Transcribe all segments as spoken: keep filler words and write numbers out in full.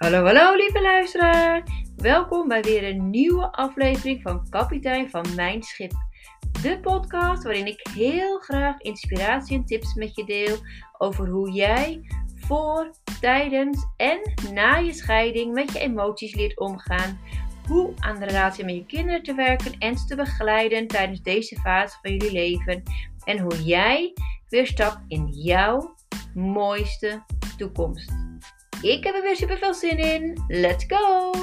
Hallo, hallo lieve luisteraar. Welkom bij weer een nieuwe aflevering van Kapitein van Mijn Schip. De podcast waarin ik heel graag inspiratie en tips met je deel over hoe jij voor, tijdens en na je scheiding met je emoties leert omgaan. Hoe aan de relatie met je kinderen te werken en ze te begeleiden tijdens deze fase van jullie leven. En hoe jij weer stapt in jouw mooiste toekomst. Ik heb er weer super veel zin in. Let's go!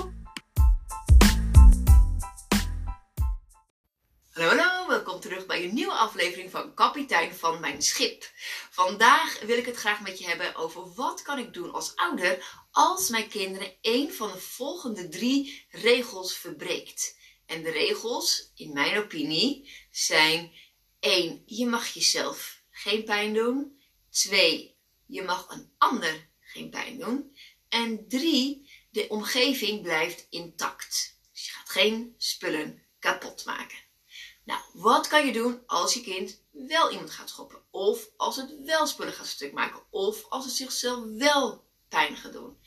Hallo, hallo, welkom terug bij een nieuwe aflevering van Kapitein van Mijn Schip. Vandaag wil ik het graag met je hebben over wat kan ik doen als ouder als mijn kinderen één van de volgende drie regels verbreekt. En de regels, in mijn opinie, zijn één. Je mag jezelf geen pijn doen. twee. Je mag een ander geen pijn doen. En drie, de omgeving blijft intact. Dus je gaat geen spullen kapot maken. Nou, wat kan je doen als je kind wel iemand gaat schoppen? Of als het wel spullen gaat stuk maken? Of als het zichzelf wel pijn gaat doen?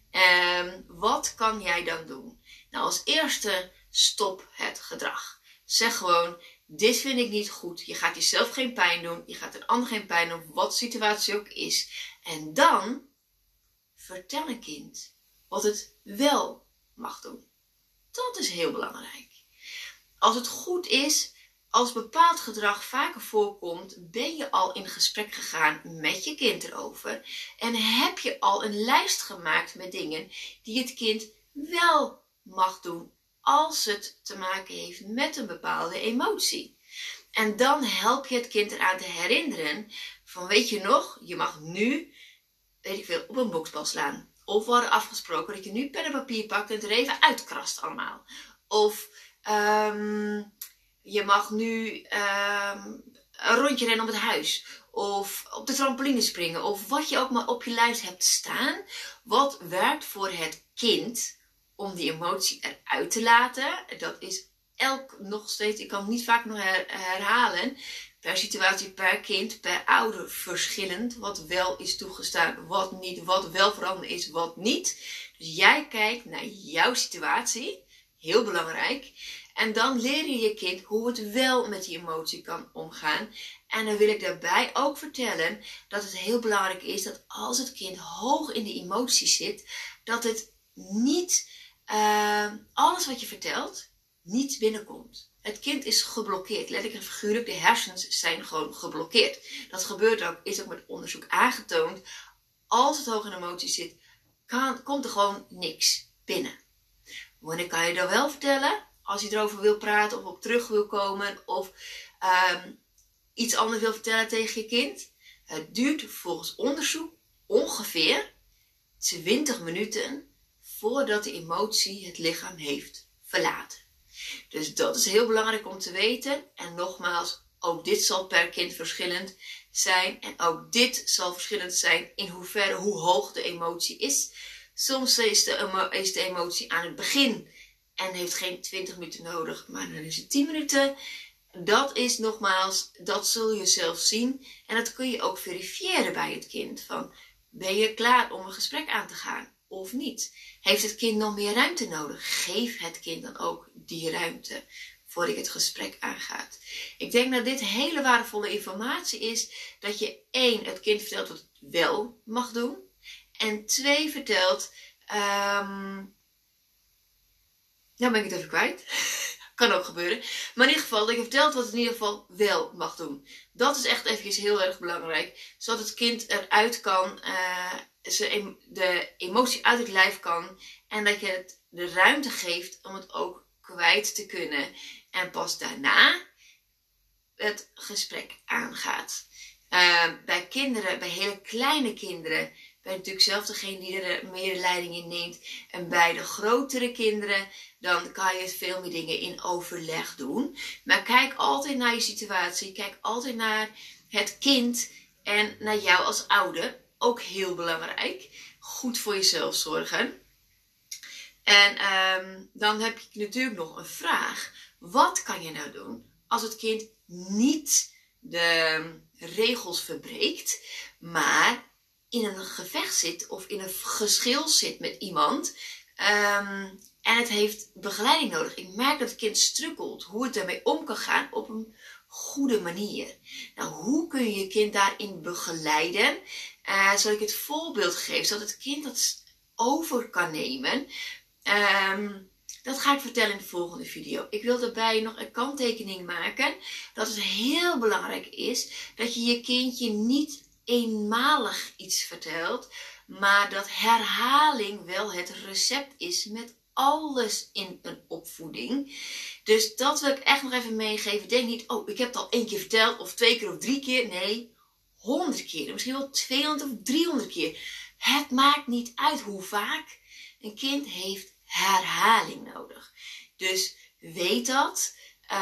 Um, wat kan jij dan doen? Nou, als eerste, stop het gedrag. Zeg gewoon, dit vind ik niet goed. Je gaat jezelf geen pijn doen. Je gaat een ander geen pijn doen, wat de situatie ook is. En dan vertel een kind wat het wel mag doen. Dat is heel belangrijk. Als het goed is, als bepaald gedrag vaker voorkomt, ben je al in gesprek gegaan met je kind erover. En heb je al een lijst gemaakt met dingen die het kind wel mag doen als het te maken heeft met een bepaalde emotie. En dan help je het kind eraan te herinneren van, weet je nog, je mag nu, weet ik veel, op een boksbal slaan. Of we hadden afgesproken dat je nu pen en papier pakt en het er even uitkrast allemaal. Of um, je mag nu um, een rondje rennen om het huis. Of op de trampoline springen. Of wat je ook maar op je lijst hebt staan. Wat werkt voor het kind om die emotie eruit te laten. Dat is elk nog steeds, ik kan het niet vaak nog her, herhalen. Per situatie, per kind, per ouder verschillend. Wat wel is toegestaan, wat niet. Wat wel veranderd is, wat niet. Dus jij kijkt naar jouw situatie. Heel belangrijk. En dan leer je je kind hoe het wel met die emotie kan omgaan. En dan wil ik daarbij ook vertellen dat het heel belangrijk is dat als het kind hoog in de emotie zit, dat het niet, uh, alles wat je vertelt, niet binnenkomt. Het kind is geblokkeerd. Letterlijk en figuurlijk, de hersens zijn gewoon geblokkeerd. Dat gebeurt ook, is ook met onderzoek aangetoond. Als het hoog in emotie zit, kan, komt er gewoon niks binnen. Wanneer kan je dat wel vertellen? Als je erover wil praten of op terug wil komen of um, iets anders wil vertellen tegen je kind. Het duurt volgens onderzoek ongeveer twintig minuten voordat de emotie het lichaam heeft verlaten. Dus dat is heel belangrijk om te weten. En nogmaals, ook dit zal per kind verschillend zijn. En ook dit zal verschillend zijn in hoeverre, hoe hoog de emotie is. Soms is de, emo- is de emotie aan het begin en heeft geen twintig minuten nodig, maar dan is het tien minuten. Dat is nogmaals, dat zul je zelf zien. En dat kun je ook verifiëren bij het kind. Van, ben je klaar om een gesprek aan te gaan of niet? Heeft het kind nog meer ruimte nodig? Geef het kind dan ook die ruimte voordat je het gesprek aangaat. Ik denk dat dit hele waardevolle informatie is. Dat je één, het kind vertelt wat het wel mag doen. En twee, vertelt, um, nou ben ik het even kwijt. Kan ook gebeuren. Maar in ieder geval, dat je vertelt wat het in ieder geval wel mag doen. Dat is echt eventjes heel erg belangrijk. Zodat het kind eruit kan, uh, ze de emotie uit het lijf kan. En dat je het de ruimte geeft om het ook kwijt te kunnen. En pas daarna het gesprek aangaat. Uh, bij kinderen, bij hele kleine kinderen, ben je natuurlijk zelf degene die er meer de leiding in neemt. En bij de grotere kinderen, dan kan je veel meer dingen in overleg doen. Maar kijk altijd naar je situatie. Kijk altijd naar het kind en naar jou als ouder. Ook heel belangrijk. Goed voor jezelf zorgen. En um, dan heb je natuurlijk nog een vraag. Wat kan je nou doen als het kind niet de regels verbreekt, maar in een gevecht zit of in een geschil zit met iemand um, en het heeft begeleiding nodig. Ik merk dat het kind strukkelt, hoe het daarmee om kan gaan op een goede manier. Nou, hoe kun je je kind daarin begeleiden? Uh, zal ik het voorbeeld geven, zodat het kind dat over kan nemen. Um, dat ga ik vertellen in de volgende video. Ik wil daarbij nog een kanttekening maken dat het heel belangrijk is dat je je kindje niet eenmalig iets vertelt, maar dat herhaling wel het recept is met alles in een opvoeding. Dus dat wil ik echt nog even meegeven. Denk niet, oh, ik heb het al één keer verteld, of twee keer of drie keer. Nee, honderd keer. Misschien wel tweehonderd of driehonderd keer. Het maakt niet uit hoe vaak. Een kind heeft herhaling nodig. Dus weet dat.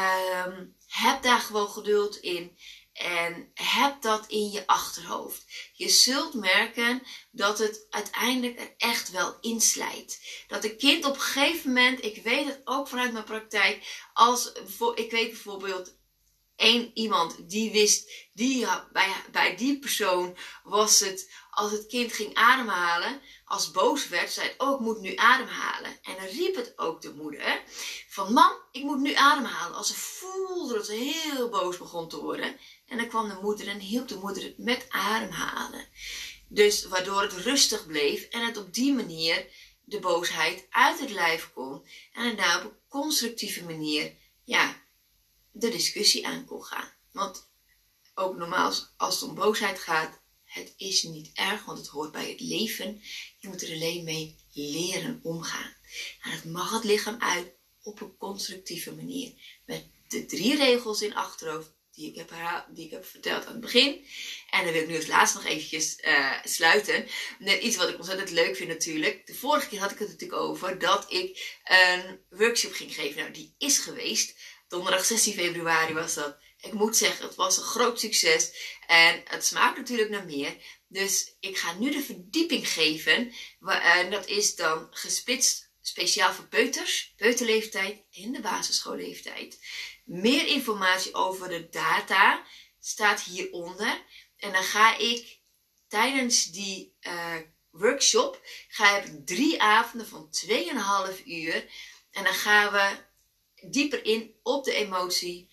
Um, heb daar gewoon geduld in. En heb dat in je achterhoofd. Je zult merken dat het uiteindelijk er echt wel inslijt. Dat een kind op een gegeven moment, ik weet het ook vanuit mijn praktijk, als ik weet bijvoorbeeld één iemand die wist, die, bij, bij die persoon was het, als het kind ging ademhalen, als boos werd, zei het, oh, ik moet nu ademhalen. En dan riep het ook de moeder van, mam, ik moet nu ademhalen. Als ze voelde dat ze heel boos begon te worden. En dan kwam de moeder en hielp de moeder het met ademhalen. Dus waardoor het rustig bleef en het op die manier de boosheid uit het lijf kon. En daarna op een constructieve manier, ja, de discussie aan kon gaan. Want ook normaal als het om boosheid gaat, het is niet erg, want het hoort bij het leven. Je moet er alleen mee leren omgaan. En dat mag het lichaam uit op een constructieve manier. Met de drie regels in achterhoofd die ik heb, die ik heb verteld aan het begin. En dan wil ik nu als laatste nog eventjes uh, sluiten. Net iets wat ik ontzettend leuk vind natuurlijk. De vorige keer had ik het natuurlijk over dat ik een workshop ging geven. Nou, die is geweest. Donderdag zestien februari was dat. Ik moet zeggen, het was een groot succes. En het smaakt natuurlijk naar meer. Dus ik ga nu de verdieping geven. En dat is dan gespitst speciaal voor peuters, peuterleeftijd en de basisschoolleeftijd. Meer informatie over de data staat hieronder. En dan ga ik tijdens die uh, workshop ga ik drie avonden van twee komma vijf uur. En dan gaan we dieper in op de emotie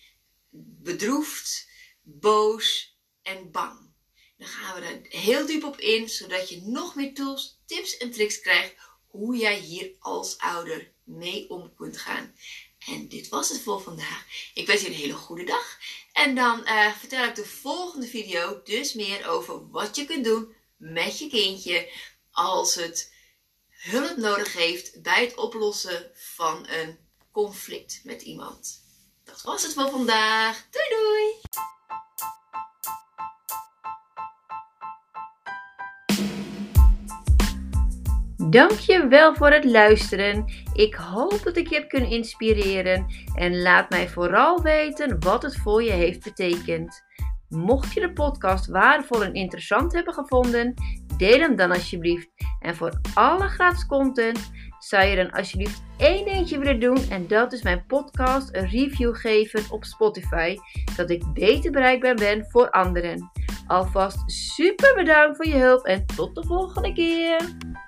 bedroefd, boos en bang. Dan gaan we er heel diep op in, zodat je nog meer tools, tips en tricks krijgt hoe jij hier als ouder mee om kunt gaan. En dit was het voor vandaag. Ik wens je een hele goede dag. En dan uh, vertel ik de volgende video dus meer over wat je kunt doen met je kindje als het hulp nodig heeft bij het oplossen van een conflict met iemand. Dat was het voor vandaag. Doei doei! Dankjewel voor het luisteren. Ik hoop dat ik je heb kunnen inspireren. En laat mij vooral weten wat het voor je heeft betekend. Mocht je de podcast waardevol en interessant hebben gevonden, deel hem dan alsjeblieft. En voor alle gratis content zou je dan alsjeblieft één dingetje willen doen. En dat is mijn podcast een review geven op Spotify. Dat ik beter bereikbaar ben voor anderen. Alvast super bedankt voor je hulp en tot de volgende keer.